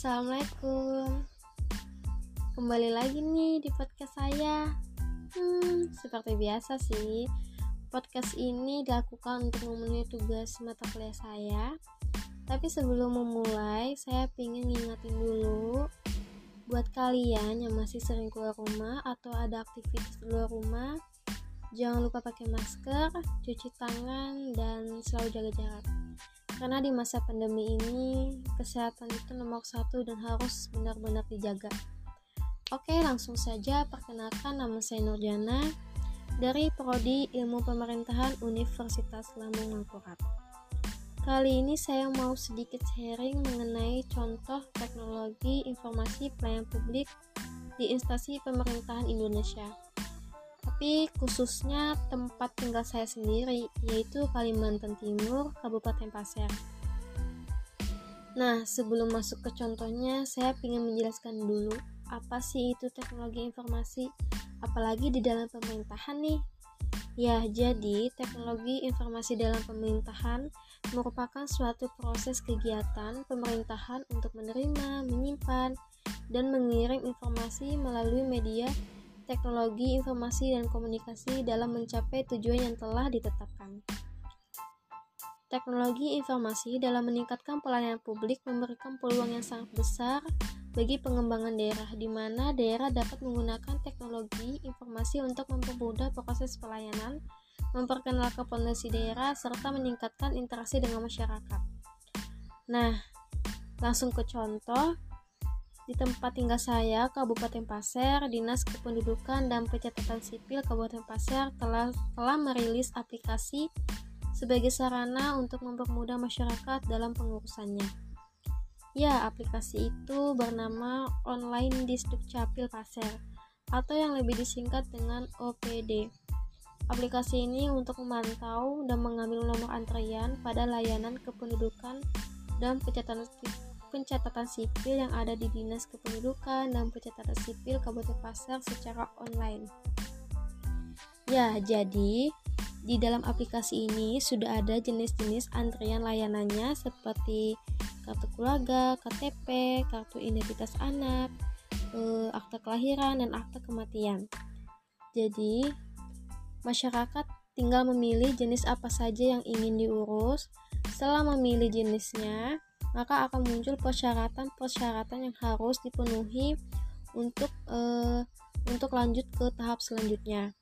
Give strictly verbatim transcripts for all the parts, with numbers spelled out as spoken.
Assalamualaikum. Kembali lagi nih di podcast saya. Hmm, seperti biasa sih, podcast ini dilakukan untuk memenuhi tugas mata kuliah saya. Tapi sebelum memulai, saya ingin ngingetin dulu buat kalian yang masih sering keluar rumah atau ada aktivitas di luar rumah, jangan lupa pakai masker, cuci tangan, dan selalu jaga jarak. Karena di masa pandemi ini, kesehatan itu nomor satu dan harus benar-benar dijaga. Oke, langsung saja perkenalkan, nama saya Nurjana dari Prodi Ilmu Pemerintahan Universitas Lambung Mangkurat. Kali ini saya mau sedikit sharing mengenai contoh teknologi informasi pelayanan publik di instansi pemerintahan Indonesia. Tapi khususnya tempat tinggal saya sendiri, yaitu Kalimantan Timur, Kabupaten Pasir. Nah, sebelum masuk ke contohnya, saya ingin menjelaskan dulu apa sih itu teknologi informasi, apalagi di dalam pemerintahan nih. Ya, jadi teknologi informasi dalam pemerintahan merupakan suatu proses kegiatan pemerintahan untuk menerima, menyimpan, dan mengirim informasi melalui media teknologi informasi dan komunikasi dalam mencapai tujuan yang telah ditetapkan. Teknologi informasi dalam meningkatkan pelayanan publik memberikan peluang yang sangat besar bagi pengembangan daerah, di mana daerah dapat menggunakan teknologi informasi untuk mempermudah proses pelayanan, memperkenalkan potensi daerah, serta meningkatkan interaksi dengan masyarakat. Nah, langsung ke contoh. Di tempat tinggal saya, Kabupaten Pasir, Dinas Kependudukan dan Pencatatan Sipil Kabupaten Pasir telah, telah merilis aplikasi sebagai sarana untuk mempermudah masyarakat dalam pengurusannya. Ya, aplikasi itu bernama Online Disdukcapil Pasir, atau yang lebih disingkat dengan O P D. Aplikasi ini untuk memantau dan mengambil nomor antrian pada layanan kependudukan dan pencatatan pencatatan sipil yang ada di Dinas Kependudukan dan Pencatatan Sipil Kabupaten Pasir secara online. Ya, jadi di dalam aplikasi ini sudah ada jenis-jenis antrian layanannya seperti kartu keluarga, K T P, kartu identitas anak, eh, akta kelahiran, dan akta kematian. Jadi, masyarakat tinggal memilih jenis apa saja yang ingin diurus. Setelah memilih jenisnya, maka akan muncul persyaratan-persyaratan yang harus dipenuhi untuk uh, untuk lanjut ke tahap selanjutnya.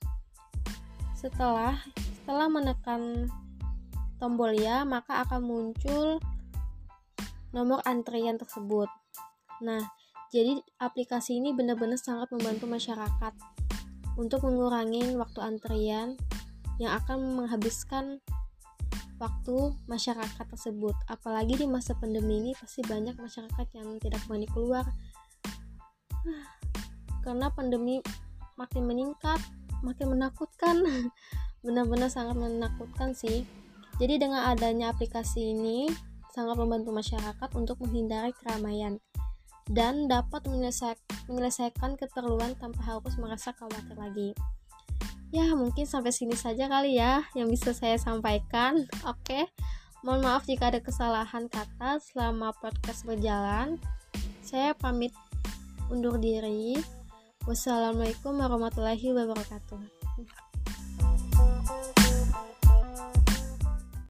Setelah setelah menekan tombol ya, maka akan muncul nomor antrian tersebut. Nah, jadi aplikasi ini benar-benar sangat membantu masyarakat untuk mengurangi waktu antrian yang akan menghabiskan waktu masyarakat tersebut. Apalagi di masa pandemi ini pasti banyak masyarakat yang tidak berani keluar karena pandemi makin meningkat, makin menakutkan. Benar-benar sangat menakutkan sih. Jadi dengan adanya aplikasi ini sangat membantu masyarakat untuk menghindari keramaian dan dapat menyelesaikan keperluan tanpa harus merasa khawatir lagi. Ya, mungkin sampai sini saja kali ya yang bisa saya sampaikan. Oke, mohon maaf jika ada kesalahan kata selama podcast berjalan. Saya pamit undur diri. Wassalamualaikum warahmatullahi wabarakatuh.